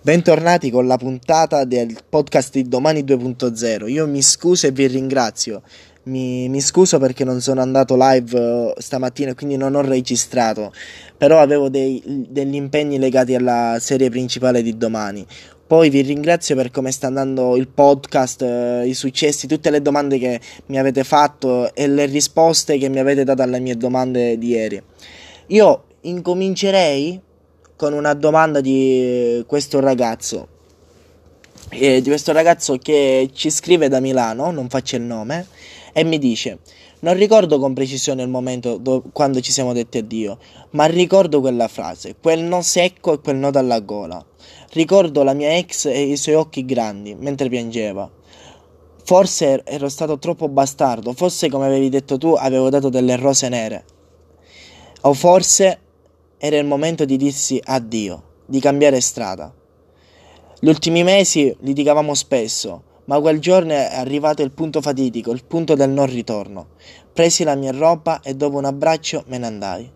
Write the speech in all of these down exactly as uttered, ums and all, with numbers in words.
Bentornati con la puntata del podcast di Domani due punto zero. Io mi scuso e vi ringrazio. Mi, mi scuso perché non sono andato live uh, stamattina e quindi non ho registrato. Però avevo dei, degli impegni legati alla serie principale di domani. Poi vi ringrazio per come sta andando il podcast, uh, i successi, tutte le domande che mi avete fatto e le risposte che mi avete dato alle mie domande di ieri. Io incomincerei con una domanda di questo ragazzo, eh, di questo ragazzo che ci scrive da Milano, non faccio il nome, e mi dice: non ricordo con precisione il momento do- quando ci siamo detti addio, ma ricordo quella frase, quel no secco e quel nodo alla gola. Ricordo la mia ex e i suoi occhi grandi mentre piangeva. Forse ero stato troppo bastardo, forse come avevi detto tu avevo dato delle rose nere, o forse era il momento di dirsi addio, di cambiare strada. Gli ultimi mesi litigavamo spesso, ma quel giorno è arrivato il punto fatidico, il punto del non ritorno. Presi la mia roba e dopo un abbraccio me ne andai.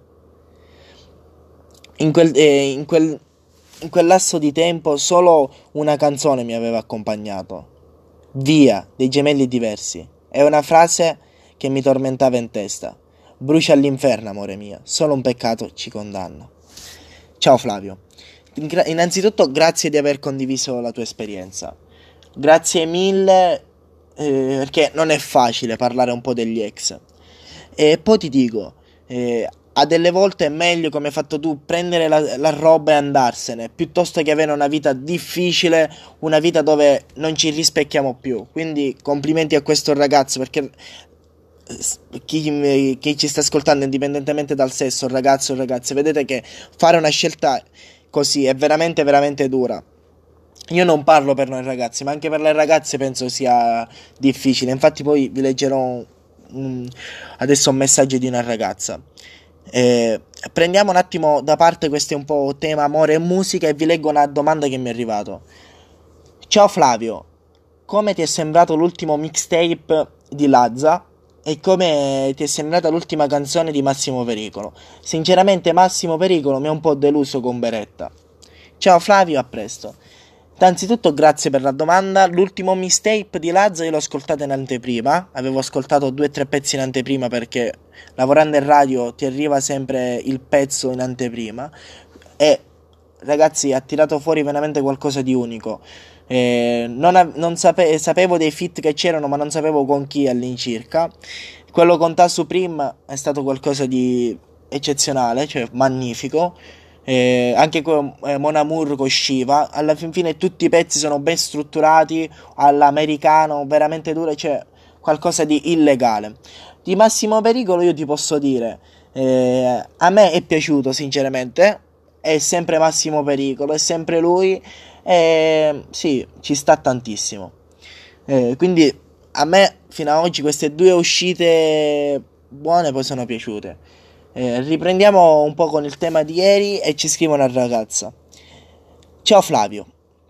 In quel, eh, in quel, in quel lasso di tempo solo una canzone mi aveva accompagnato. Via, dei Gemelli Diversi. È una frase che mi tormentava in testa. Brucia all'inferno, amore mio, solo un peccato ci condanna. Ciao Flavio, innanzitutto grazie di aver condiviso la tua esperienza. Grazie mille, eh, perché non è facile parlare un po' degli ex. E poi ti dico, eh, a delle volte è meglio, come hai fatto tu, prendere la, la roba e andarsene, piuttosto che avere una vita difficile, una vita dove non ci rispecchiamo più. Quindi complimenti a questo ragazzo, perché Chi, chi ci sta ascoltando, indipendentemente dal sesso, ragazzo o ragazze, vedete che fare una scelta così è veramente veramente dura. Io non parlo per noi ragazzi, ma anche per le ragazze penso sia difficile. Infatti poi vi leggerò um, adesso un messaggio di una ragazza. Eh, prendiamo un attimo da parte questo è un po' tema amore e musica, e vi leggo una domanda che mi è arrivato. Ciao Flavio, come ti è sembrato l'ultimo mixtape di Lazza? E come ti è sembrata l'ultima canzone di Massimo Pericolo? Sinceramente Massimo Pericolo mi ha un po' deluso con Beretta. Ciao Flavio, a presto. Innanzitutto grazie per la domanda. L'ultimo mixtape di Lazza io l'ho ascoltato in anteprima. Avevo ascoltato due o tre pezzi in anteprima perché lavorando in radio ti arriva sempre il pezzo in anteprima. E ragazzi, ha tirato fuori veramente qualcosa di unico. Eh, non, av- non sape- sapevo dei feat che c'erano, ma non sapevo con chi all'incirca. Quello con Tasso Prim è stato qualcosa di eccezionale, cioè magnifico. Eh, anche con eh, Mon Amour con Shiva, alla fin fine tutti i pezzi sono ben strutturati all'americano, veramente duro, cioè qualcosa di illegale. Di Massimo Pericolo io ti posso dire, eh, a me è piaciuto sinceramente, è sempre Massimo Pericolo, è sempre lui. E sì, ci sta tantissimo. Eh, quindi a me fino ad oggi queste due uscite buone poi sono piaciute. Eh, riprendiamo un po' con il tema di ieri e ci scrive una ragazza. Ciao Flavio,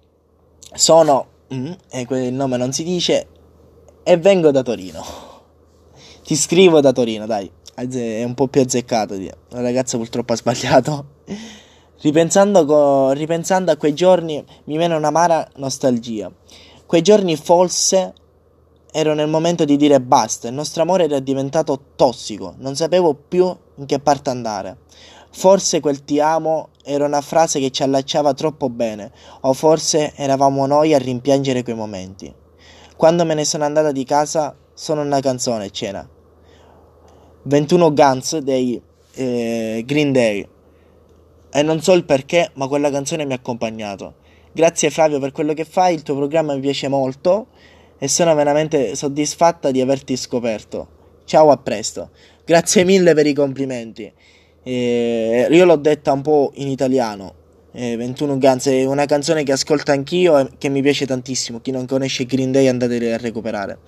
sono mm, e il nome non si dice e vengo da Torino. Ti scrivo da Torino, dai, è un po' più azzeccato. La ragazza purtroppo ha sbagliato. Ripensando, co- ripensando a quei giorni mi viene un'amara nostalgia. Quei giorni forse ero nel momento di dire basta, il nostro amore era diventato tossico, non sapevo più in che parte andare. Forse quel ti amo era una frase che ci allacciava troppo bene, o forse eravamo noi a rimpiangere quei momenti. Quando me ne sono andata di casa sono una canzone, cena. ventuno Guns dei eh, Green Day. E non so il perché, ma quella canzone mi ha accompagnato. Grazie Flavio per quello che fai, il tuo programma mi piace molto e sono veramente soddisfatta di averti scoperto. Ciao, a presto. Grazie mille per i complimenti. Eh, io l'ho detta un po' in italiano. Eh, ventuno Guns è una canzone che ascolto anch'io e che mi piace tantissimo. Chi non conosce Green Day andate a recuperare.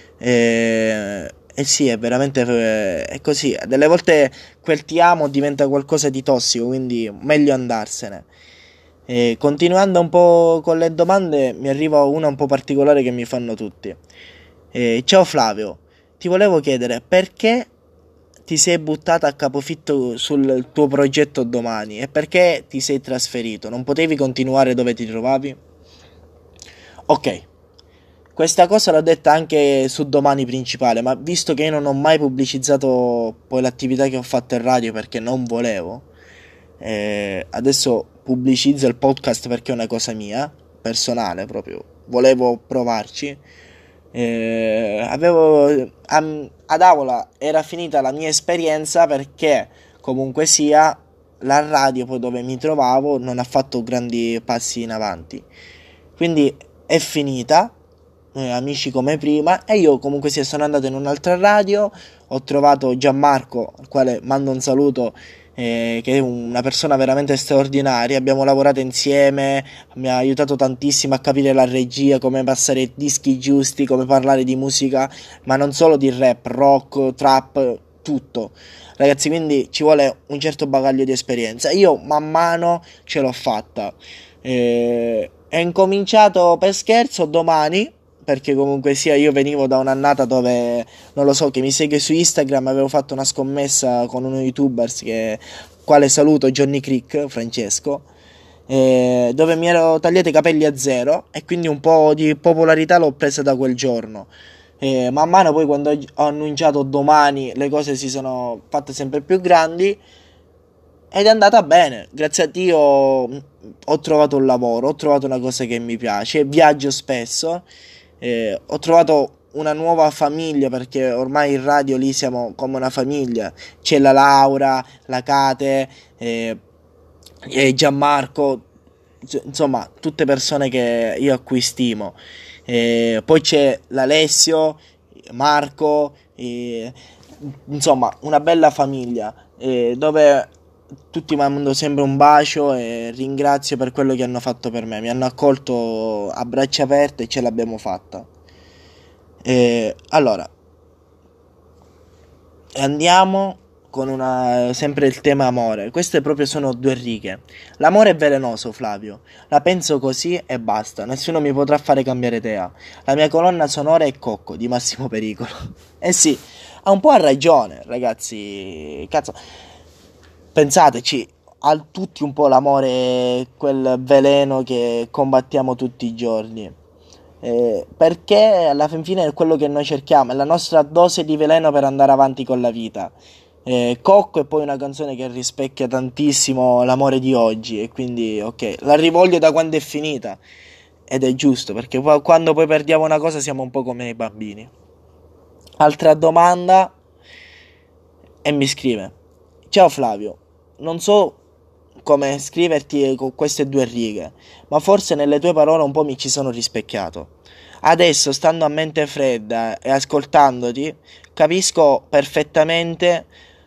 Eh, eh sì, è veramente eh, è così. Delle volte quel ti amo diventa qualcosa di tossico, quindi meglio andarsene. E continuando un po' con le domande, mi arriva una un po' particolare che mi fanno tutti. Eh, ciao Flavio, ti volevo chiedere perché ti sei buttata a capofitto sul tuo progetto domani e perché ti sei trasferito? Non potevi continuare dove ti trovavi? Ok, questa cosa l'ho detta anche su Domani Principale, ma visto che io non ho mai pubblicizzato poi l'attività che ho fatto in radio perché non volevo, eh, adesso pubblicizzo il podcast perché è una cosa mia, personale proprio, volevo provarci. Eh, avevo a, ad Avola era finita la mia esperienza perché comunque sia la radio poi dove mi trovavo non ha fatto grandi passi in avanti, quindi è finita, eh, amici come prima, e io comunque sia sono andato in un'altra radio, ho trovato Gianmarco al quale mando un saluto, eh, che è una persona veramente straordinaria, abbiamo lavorato insieme, mi ha aiutato tantissimo a capire la regia, come passare i dischi giusti, come parlare di musica, ma non solo di rap, rock, trap, tutto. Ragazzi, quindi ci vuole un certo bagaglio di esperienza. Io man mano ce l'ho fatta. Eh, è incominciato per scherzo domani, perché comunque sia io venivo da un'annata dove, non lo so, che mi segue su Instagram, avevo fatto una scommessa con uno youtuber che, quale saluto, Johnny Crick, Francesco, eh, dove mi ero tagliato i capelli a zero e quindi un po' di popolarità l'ho presa da quel giorno. Eh, man mano poi quando ho annunciato domani le cose si sono fatte sempre più grandi ed è andata bene, grazie a Dio ho trovato un lavoro, ho trovato una cosa che mi piace, viaggio spesso, eh, ho trovato una nuova famiglia perché ormai in radio lì siamo come una famiglia, c'è la Laura, la Kate, eh, e Gianmarco, insomma tutte persone che io a cui stimo. Eh, poi c'è l'Alessio, Marco, eh, insomma una bella famiglia, eh, dove tutti mando sempre un bacio e ringrazio per quello che hanno fatto per me, mi hanno accolto a braccia aperte e ce l'abbiamo fatta. Eh, allora andiamo con una, sempre il tema amore. Queste proprio sono due righe. L'amore è velenoso, Flavio. La penso così e basta. Nessuno mi potrà fare cambiare idea. La mia colonna sonora è Cocco di Massimo Pericolo. Eh sì, ha un po' ragione, ragazzi. Cazzo, pensateci, a tutti un po' l'amore, quel veleno che combattiamo tutti i giorni. Eh, perché alla fin fine è quello che noi cerchiamo, è la nostra dose di veleno per andare avanti con la vita. Eh, Cocco è poi una canzone che rispecchia tantissimo l'amore di oggi e quindi ok, la rivoglio da quando è finita ed è giusto perché poi, quando poi perdiamo una cosa siamo un po' come i bambini. Altra domanda e mi scrive: ciao Flavio, non so come scriverti con queste due righe, ma forse nelle tue parole un po' mi ci sono rispecchiato. Adesso, stando a mente fredda e ascoltandoti, capisco perfettamente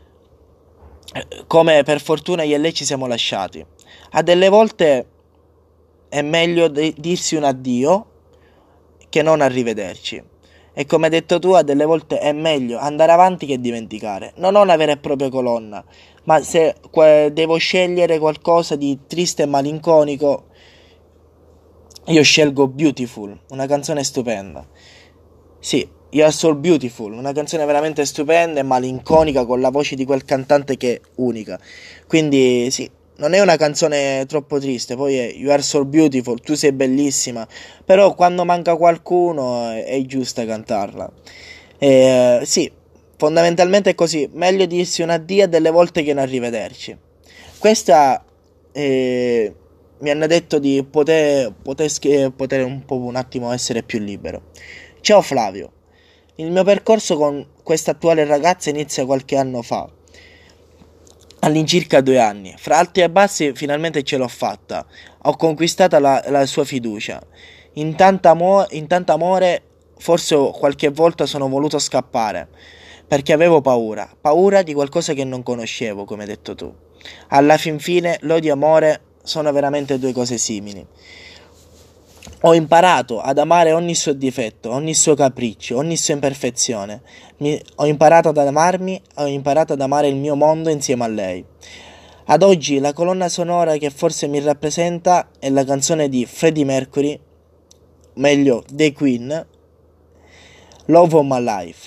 come per fortuna io e lei ci siamo lasciati. A delle volte è meglio de- dirsi un addio che non arrivederci. E come hai detto tu, a delle volte è meglio andare avanti che dimenticare. Non ho una vera e propria colonna, ma se que- devo scegliere qualcosa di triste e malinconico, io scelgo Beautiful, una canzone stupenda. Sì, You Are So Beautiful, una canzone veramente stupenda e malinconica con la voce di quel cantante che è unica. Quindi sì, non è una canzone troppo triste, poi è You Are So Beautiful, tu sei bellissima, però quando manca qualcuno è, è giusta cantarla. E, sì, fondamentalmente è così, meglio dirsi un addio delle volte che un arrivederci. Questa eh, mi hanno detto di poter, poter, poter un po' un attimo essere più libero. Ciao Flavio, il mio percorso con questa attuale ragazza inizia qualche anno fa, all'incirca due anni. Fra alti e bassi finalmente ce l'ho fatta, ho conquistato la, la sua fiducia. In tanto amo- in tanto amore forse qualche volta sono voluto scappare, perché avevo paura, paura di qualcosa che non conoscevo, come hai detto tu. Alla fin fine l'odio e amore sono veramente due cose simili. Ho imparato ad amare ogni suo difetto, ogni suo capriccio, ogni sua imperfezione. Mi, ho imparato ad amarmi, ho imparato ad amare il mio mondo insieme a lei. Ad oggi la colonna sonora che forse mi rappresenta è la canzone di Freddie Mercury, meglio The Queen, Love of My Life.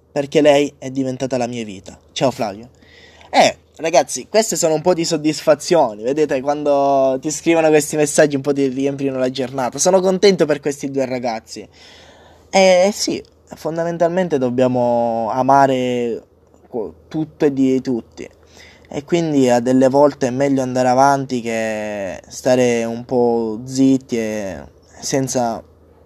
perché lei è diventata la mia vita. Ciao Flavio. Eh, ragazzi, queste sono un po' di soddisfazioni. Vedete, quando ti scrivono questi messaggi un po' ti riempiono la giornata. Sono contento per questi due ragazzi. Eh sì, fondamentalmente dobbiamo amare tutto e di tutti. E quindi a delle volte è meglio andare avanti che stare un po' zitti e senza,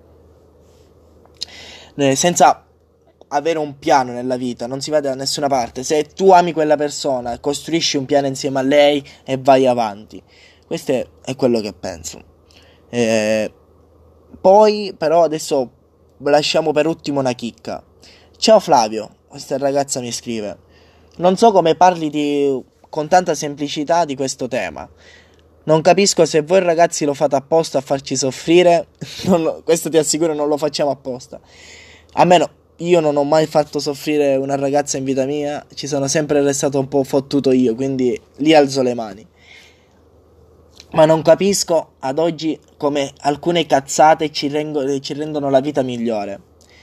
eh, senza avere un piano nella vita, non si va da nessuna parte. Se tu ami quella persona, costruisci un piano insieme a lei e vai avanti. Questo è, è quello che penso. Eh, poi, però, adesso lasciamo per ultimo una chicca. Ciao Flavio, questa ragazza mi scrive. Non so come parli di, con tanta semplicità di questo tema. Non capisco se voi ragazzi lo fate apposta a farci soffrire. Non lo, questo ti assicuro, non lo facciamo apposta. A meno, io non ho mai fatto soffrire una ragazza in vita mia. Ci sono sempre restato un po' fottuto io, quindi lì alzo le mani. Ma non capisco ad oggi come alcune cazzate ci, rengo, ci rendono la vita migliore.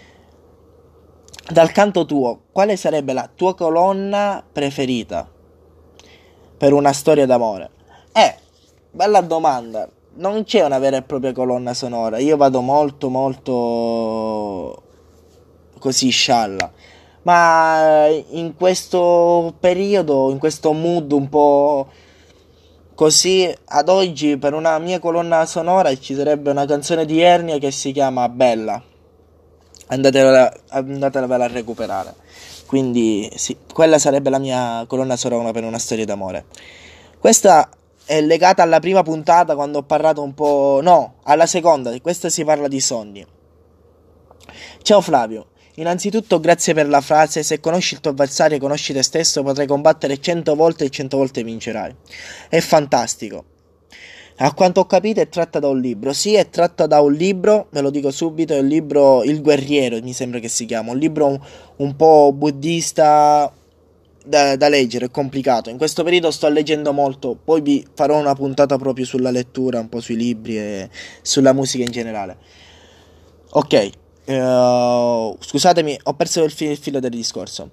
Dal canto tuo, quale sarebbe la tua colonna preferita per una storia d'amore? Eh, bella domanda. Non c'è una vera e propria colonna sonora. Io vado molto molto così scialla. Ma in questo periodo, in questo mood un po' così, ad oggi per una mia colonna sonora ci sarebbe una canzone di Ernia che si chiama Bella. Andatevela, andatevela a recuperare. Quindi sì, quella sarebbe la mia colonna sonora per una storia d'amore. Questa è legata alla prima puntata quando ho parlato un po'... No, alla seconda, questa si parla di sogni. Ciao Flavio, innanzitutto grazie per la frase: se conosci il tuo avversario, conosci te stesso, potrai combattere cento volte e cento volte vincerai. È fantastico. A quanto ho capito è tratta da un libro. Sì, è tratta da un libro, ve lo dico subito, è il libro Il Guerriero, mi sembra che si chiama. Un libro un, un po' buddista da, da leggere, è complicato. In questo periodo sto leggendo molto, poi vi farò una puntata proprio sulla lettura, un po' sui libri e sulla musica in generale. Ok, uh, scusatemi, ho perso il, fi- il filo del discorso.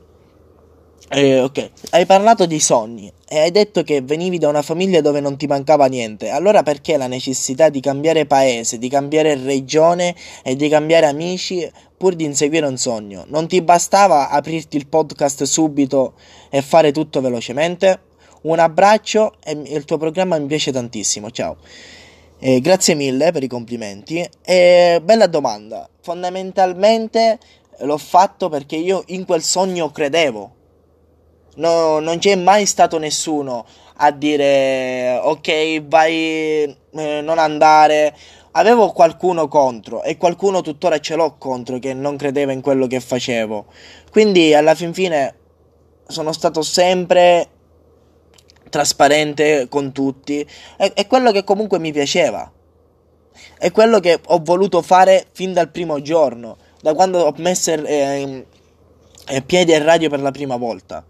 Eh, ok, hai parlato di sogni e hai detto che venivi da una famiglia dove non ti mancava niente. Allora perché la necessità di cambiare paese, di cambiare regione e di cambiare amici pur di inseguire un sogno? Non ti bastava aprirti il podcast subito e fare tutto velocemente? Un abbraccio e il tuo programma mi piace tantissimo, ciao. Eh, grazie mille per i complimenti. E bella domanda. Fondamentalmente l'ho fatto perché io in quel sogno credevo. No, non c'è mai stato nessuno a dire ok, vai, eh, non andare. Avevo qualcuno contro e qualcuno tuttora ce l'ho contro che non credeva in quello che facevo. Quindi alla fin fine sono stato sempre trasparente con tutti. È, è quello che comunque mi piaceva. È quello che ho voluto fare fin dal primo giorno, da quando ho messo eh, eh, piedi a radio per la prima volta.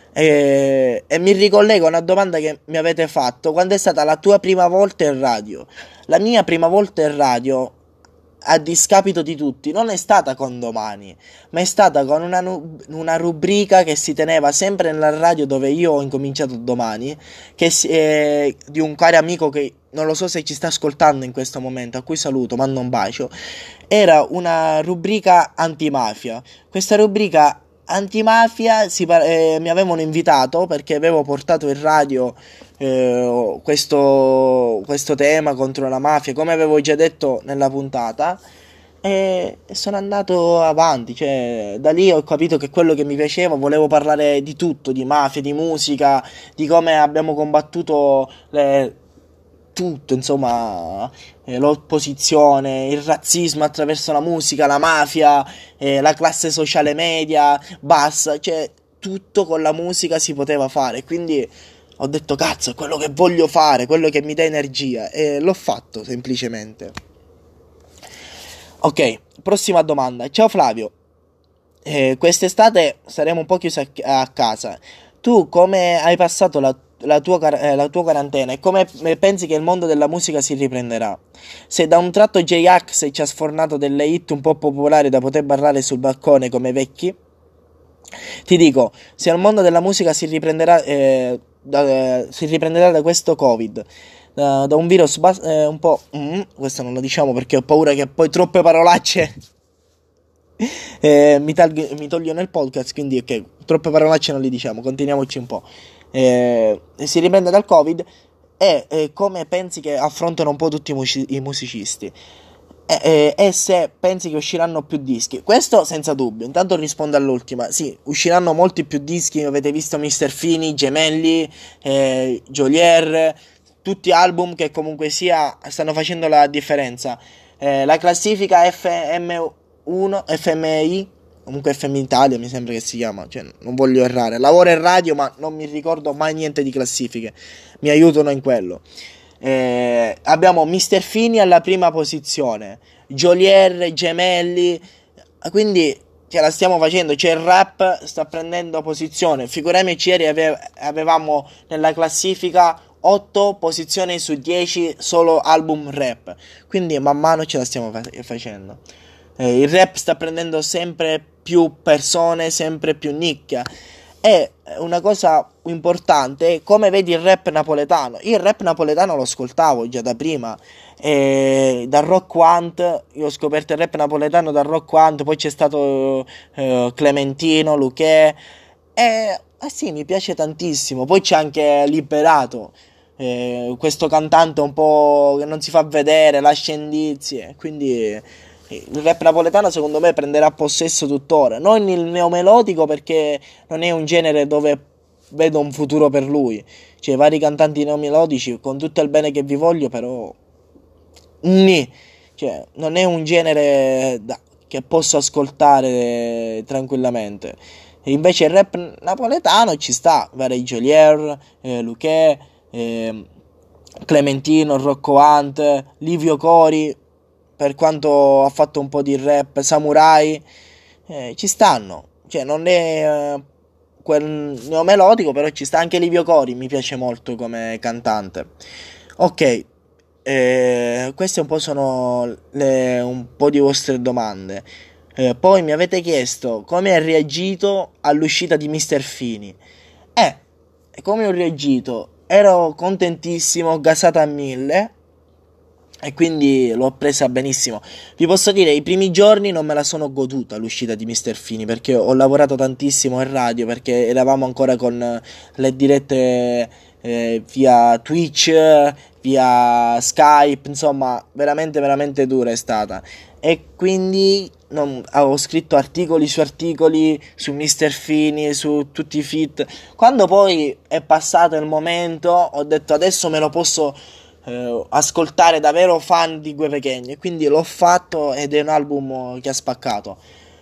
E, e mi ricollego a una domanda che mi avete fatto: quando è stata la tua prima volta in radio? La mia prima volta in radio, a discapito di tutti, non è stata con Domani, ma è stata con una, una rubrica che si teneva sempre nella radio dove io ho incominciato Domani, che si, eh, di un caro amico che non lo so se ci sta ascoltando in questo momento, a cui saluto, mando un bacio. Era una rubrica antimafia. Questa rubrica antimafia si, eh, mi avevano invitato perché avevo portato in radio eh, questo, questo tema contro la mafia, come avevo già detto nella puntata, e, e sono andato avanti. Cioè, da lì ho capito che quello che mi piaceva, volevo parlare di tutto, di mafia, di musica, di come abbiamo combattuto le, tutto, insomma, eh, l'opposizione, il razzismo attraverso la musica, la mafia, eh, la classe sociale media, bassa, cioè tutto con la musica si poteva fare. Quindi ho detto cazzo, è quello che voglio fare, quello che mi dà energia, e l'ho fatto semplicemente. Ok, prossima domanda. Ciao Flavio, eh, quest'estate saremo un po' chiusi a, a casa. Tu come hai passato la La tua, eh, la tua quarantena e come pensi che il mondo della musica si riprenderà? Se da un tratto J-Ax ci ha sfornato delle hit un po' popolari da poter ballare sul balcone come vecchi, Ti dico, se il mondo della musica si riprenderà, eh, da, si riprenderà da questo Covid, da, da un virus bas- eh, un po'... mm, questo non lo diciamo perché ho paura che poi troppe parolacce eh, mi, tag- mi togliono il podcast, quindi ok, troppe parolacce non li diciamo, continuiamoci un po'. Eh, si riprende dal Covid e eh, come pensi che affrontano un po' tutti i, musici- i musicisti? E, e- e se pensi che usciranno più dischi? Questo senza dubbio. Intanto rispondo all'ultima. Sì, usciranno molti più dischi. Avete visto mister Fini, Gemelli, eh, Jolier, tutti album che comunque sia stanno facendo la differenza. Eh, la classifica F M uno, F M I, comunque F M Italia mi sembra che si chiama, cioè non voglio errare. Lavoro in radio ma non mi ricordo mai niente di classifiche. Mi aiutano in quello. Eh, abbiamo mister Fini alla prima posizione, Jolier, Gemelli, quindi ce la stiamo facendo. Cioè il rap sta prendendo posizione. Figuriamoci, ieri ave- avevamo nella classifica otto posizioni su dieci solo album rap, quindi man mano ce la stiamo fa- facendo. Eh, il rap sta prendendo sempre più persone, sempre più nicchia. E una cosa importante, come vedi il rap napoletano. Io il rap napoletano lo ascoltavo già da prima. E dal Rock Want, io ho scoperto il rap napoletano dal Rock Want, poi c'è stato eh, Clementino, Luché. E ah sì, mi piace tantissimo. Poi c'è anche Liberato, eh, questo cantante un po' che non si fa vedere, lascia indizi. Quindi il rap napoletano secondo me prenderà possesso tuttora, non il neomelodico perché non è un genere dove vedo un futuro per lui, cioè vari cantanti neomelodici con tutto il bene che vi voglio però nì. Cioè non è un genere da- che posso ascoltare tranquillamente. E invece il rap napoletano ci sta, vari Jolier, eh, Luché, eh, Clementino, Rocco Hunt, Livio Cori, per quanto ha fatto un po' di rap, Samurai, eh, ci stanno. Cioè, non è eh, quel neomelodico, però ci sta anche Livio Cori, mi piace molto come cantante. Ok, eh, queste un po' sono le, un po' di vostre domande. Eh, poi mi avete chiesto come ha reagito all'uscita di mister Fini. Eh, come ho reagito? Ero contentissimo, gasato a mille e quindi l'ho presa benissimo. Vi posso dire, i primi giorni non me la sono goduta l'uscita di mister Fini perché ho lavorato tantissimo in radio, perché eravamo ancora con le dirette eh, via Twitch, via Skype, insomma, veramente veramente dura è stata. E quindi non, avevo scritto articoli su articoli su mister Fini, su tutti i feat. Quando poi è passato il momento, ho detto adesso me lo posso eh, ascoltare da vero fan di Gue Pequeno, e quindi l'ho fatto ed è un album che ha spaccato.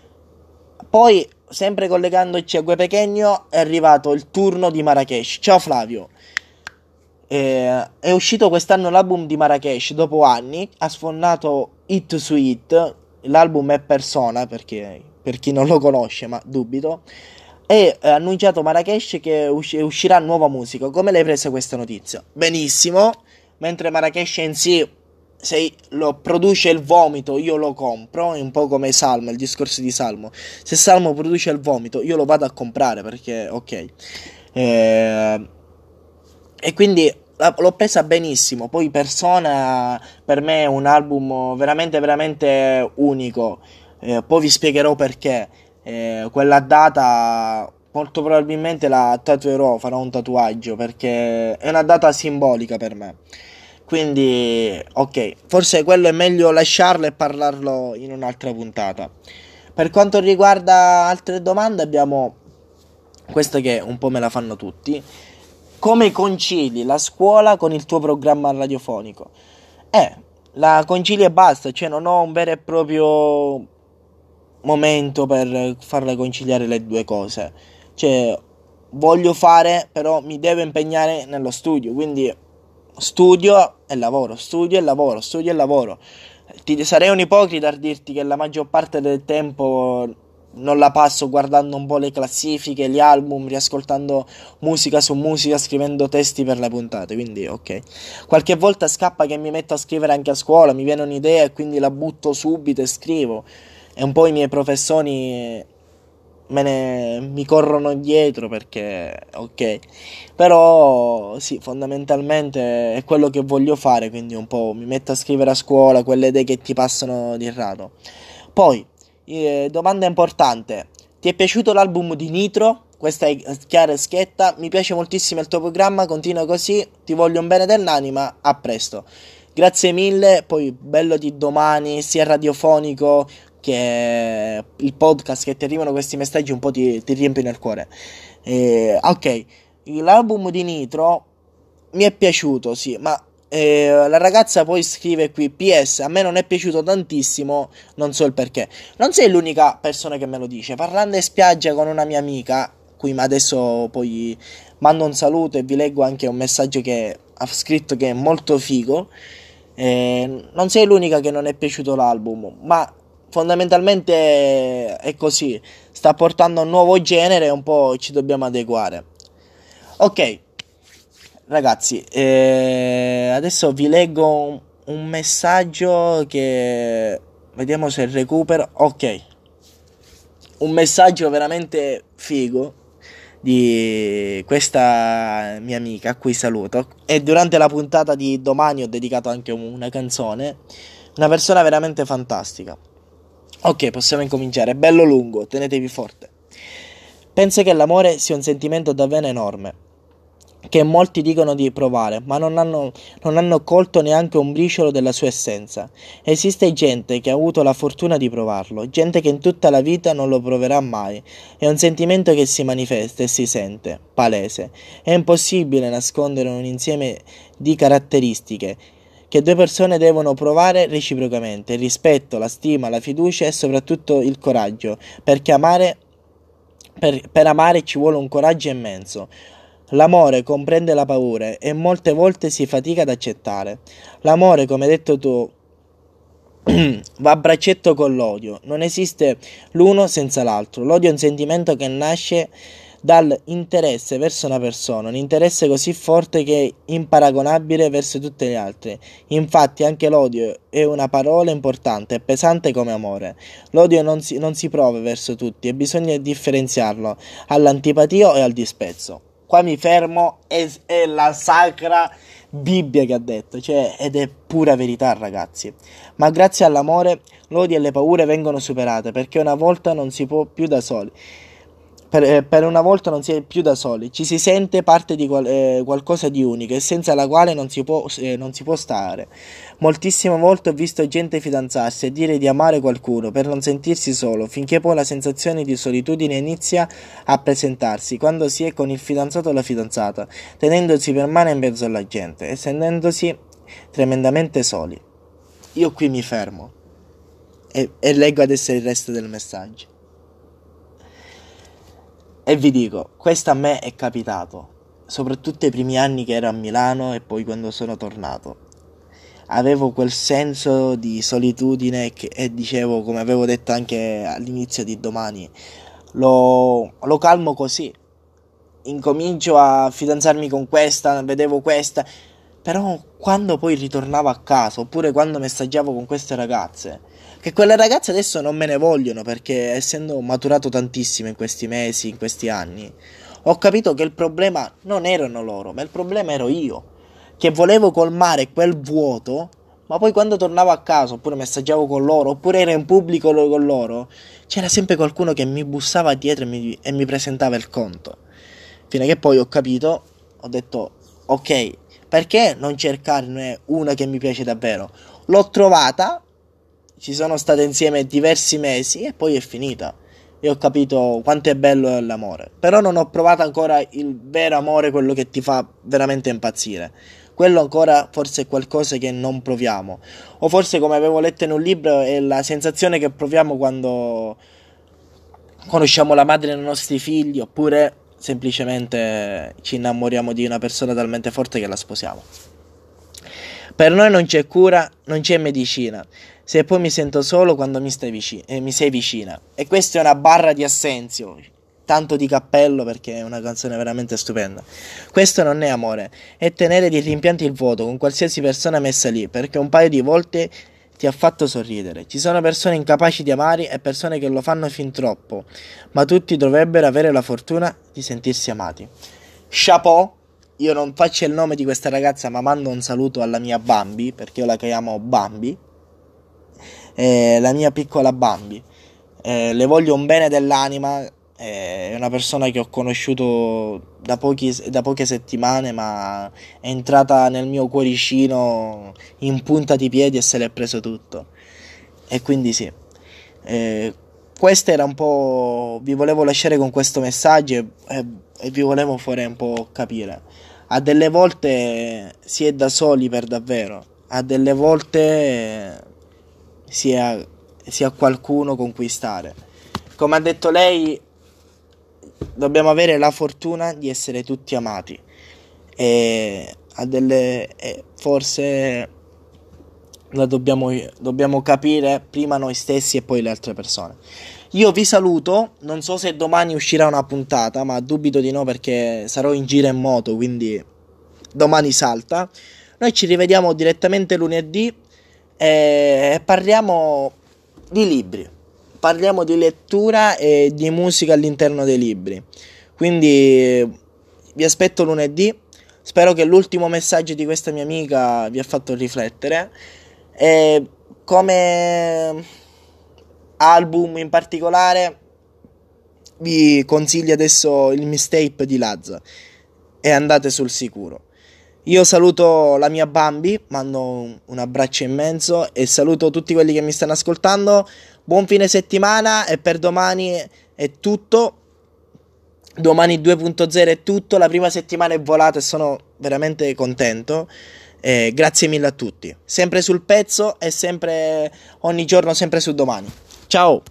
Poi, sempre collegandoci a Gue Pequeno, è arrivato il turno di Marrakesh. Ciao Flavio. Eh, è uscito quest'anno l'album di Marrakesh dopo anni, ha sfondato hit su hit. L'album è Persona, perché per chi non lo conosce, ma dubito. E ha annunciato Marrakesh che usci- uscirà nuova musica. Come l'hai presa questa notizia? Benissimo. Mentre Marrakesh in sé, se lo produce il vomito, io lo compro. È un po' come Salmo, il discorso di Salmo. Se Salmo produce il vomito, io lo vado a comprare perché, ok. Eh, e quindi la- l'ho presa benissimo. Poi Persona per me è un album veramente veramente unico. Eh, poi vi spiegherò perché. Eh, quella data molto probabilmente la tatuerò, farò un tatuaggio perché è una data simbolica per me. Quindi, ok, forse quello è meglio lasciarlo e parlarlo in un'altra puntata. Per quanto riguarda altre domande, abbiamo questa che un po' me la fanno tutti. Come concili la scuola con il tuo programma radiofonico? Eh, la concili e basta, cioè non ho un vero e proprio momento per farle conciliare le due cose. Cioè, voglio fare, però mi devo impegnare nello studio, quindi studio e lavoro, studio e lavoro, studio e lavoro. Ti sarei un ipocrita a dirti che la maggior parte del tempo non la passo guardando un po' le classifiche, gli album, riascoltando musica su musica, scrivendo testi per le puntate, quindi ok. Qualche volta scappa che mi metto a scrivere anche a scuola, mi viene un'idea e quindi la butto subito e scrivo. E un po' i miei professori me ne, mi corrono dietro perché ok, però sì, fondamentalmente è quello che voglio fare, quindi un po' mi metto a scrivere a scuola quelle idee che ti passano di rado. Poi eh, domanda importante: ti è piaciuto l'album di Nitro? Questa è chiara e schietta. Mi piace moltissimo il tuo programma, continua così, ti voglio un bene dell'anima, a presto. Grazie mille, poi bello di domani, sia radiofonico che il podcast, che ti arrivano questi messaggi un po' ti, ti riempiono il cuore. Eh, ok, l'album di Nitro mi è piaciuto, sì, ma eh, la ragazza poi scrive qui: P S, a me non è piaciuto tantissimo, non so il perché. Non sei l'unica persona che me lo dice. Parlando in spiaggia con una mia amica, qui ma adesso poi mando un saluto e vi leggo anche un messaggio che ha scritto, che è molto figo. Eh, non sei l'unica che non è piaciuto l'album, ma fondamentalmente è così. Sta portando un nuovo genere e un po' ci dobbiamo adeguare. Ok, ragazzi, eh, adesso vi leggo un, un messaggio che vediamo se recupero. Ok, un messaggio veramente figo di questa mia amica, a cui saluto. E durante la puntata di domani ho dedicato anche una canzone. Una persona veramente fantastica. Ok, possiamo incominciare. Bello lungo, tenetevi forte. Penso che l'amore sia un sentimento davvero enorme, che molti dicono di provare, ma non hanno, non hanno colto neanche un briciolo della sua essenza. Esiste gente che ha avuto la fortuna di provarlo, gente che in tutta la vita non lo proverà mai. È un sentimento che si manifesta e si sente, palese. È impossibile nascondere un insieme di caratteristiche che due persone devono provare reciprocamente: il rispetto, la stima, la fiducia e soprattutto il coraggio, perché amare, per, per amare ci vuole un coraggio immenso. L'amore comprende la paura e molte volte si fatica ad accettare. L'amore, come hai detto tu, va a braccetto con l'odio. Non esiste l'uno senza l'altro. L'odio è un sentimento che nasce dall'interesse verso una persona, un interesse così forte che è imparagonabile verso tutte le altre. Infatti anche l'odio è una parola importante e pesante come amore. L'odio non si, non si prova verso tutti e bisogna differenziarlo all'antipatia e al disprezzo. Qua mi fermo, è, è la sacra Bibbia che ha detto, cioè, ed è pura verità, ragazzi. Ma grazie all'amore l'odio e le paure vengono superate, perché una volta non si può più da soli. Per, eh, per una volta non si è più da soli, ci si sente parte di qual- eh, qualcosa di unico e senza la quale non si può, eh, non si può stare. Moltissime volte ho visto gente fidanzarsi e dire di amare qualcuno per non sentirsi solo, finché poi la sensazione di solitudine inizia a presentarsi quando si è con il fidanzato o la fidanzata, tenendosi per mano in mezzo alla gente e sentendosi tremendamente soli. Io qui mi fermo e, e leggo adesso il resto del messaggio. E vi dico, questo a me è capitato, soprattutto i primi anni che ero a Milano e poi quando sono tornato. Avevo quel senso di solitudine che, e dicevo, come avevo detto anche all'inizio di domani, lo, lo calmo così. Incomincio a fidanzarmi con questa, vedevo questa, però quando poi ritornavo a casa, oppure quando messaggiavo con queste ragazze, che quelle ragazze adesso non me ne vogliono, perché essendo maturato tantissimo in questi mesi, in questi anni, ho capito che il problema non erano loro, ma il problema ero io, che volevo colmare quel vuoto, ma poi quando tornavo a casa, oppure messaggiavo con loro, oppure ero in pubblico con loro, c'era sempre qualcuno che mi bussava dietro e mi, e mi presentava il conto. Fino a che poi ho capito, ho detto, ok, perché non cercarne una che mi piace davvero? L'ho trovata, ci sono state insieme diversi mesi e poi è finita. E ho capito quanto è bello l'amore. Però non ho provato ancora il vero amore, quello che ti fa veramente impazzire. Quello ancora forse è qualcosa che non proviamo. O forse, come avevo letto in un libro, è la sensazione che proviamo quando conosciamo la madre dei nostri figli, oppure semplicemente ci innamoriamo di una persona talmente forte che la sposiamo. Per noi non c'è cura, non c'è medicina, se poi mi sento solo quando mi, stai vicino, eh, mi sei vicina. E questa è una barra di Assenzio, tanto di cappello, perché è una canzone veramente stupenda. Questo non è amore, è tenere dei rimpianti il vuoto con qualsiasi persona messa lì, perché un paio di volte ti ha fatto sorridere. Ci sono persone incapaci di amare e persone che lo fanno fin troppo, ma tutti dovrebbero avere la fortuna di sentirsi amati. Chapeau. Io non faccio il nome di questa ragazza, ma mando un saluto alla mia Bambi, perché io la chiamo Bambi, eh, la mia piccola Bambi. Eh, le voglio un bene dell'anima. È una persona che ho conosciuto da, pochi, da poche settimane, ma è entrata nel mio cuoricino in punta di piedi e se l'è preso tutto. E quindi sì, eh, questo era un po'. Vi volevo lasciare con questo messaggio e, e, e vi volevo fare un po' capire. A delle volte si è da soli per davvero, a delle volte si ha, si ha qualcuno con cui stare. Come ha detto lei, dobbiamo avere la fortuna di essere tutti amati e a delle e forse la dobbiamo, dobbiamo capire prima noi stessi e poi le altre persone. Io vi saluto, non so se domani uscirà una puntata, ma dubito di no perché sarò in giro in moto, quindi domani salta. Noi ci rivediamo direttamente lunedì e parliamo di libri. Parliamo di lettura e di musica all'interno dei libri. Quindi vi aspetto lunedì. Spero che l'ultimo messaggio di questa mia amica vi ha fatto riflettere. E come album in particolare vi consiglio adesso il Mixtape di Lazza e andate sul sicuro. Io saluto la mia Bambi, mando un abbraccio immenso e saluto tutti quelli che mi stanno ascoltando. Buon fine settimana e per domani è tutto. Domani due punto zero è tutto, la prima settimana è volata e sono veramente contento. Eh, grazie mille a tutti. Sempre sul pezzo e sempre ogni giorno, sempre su domani. Ciao!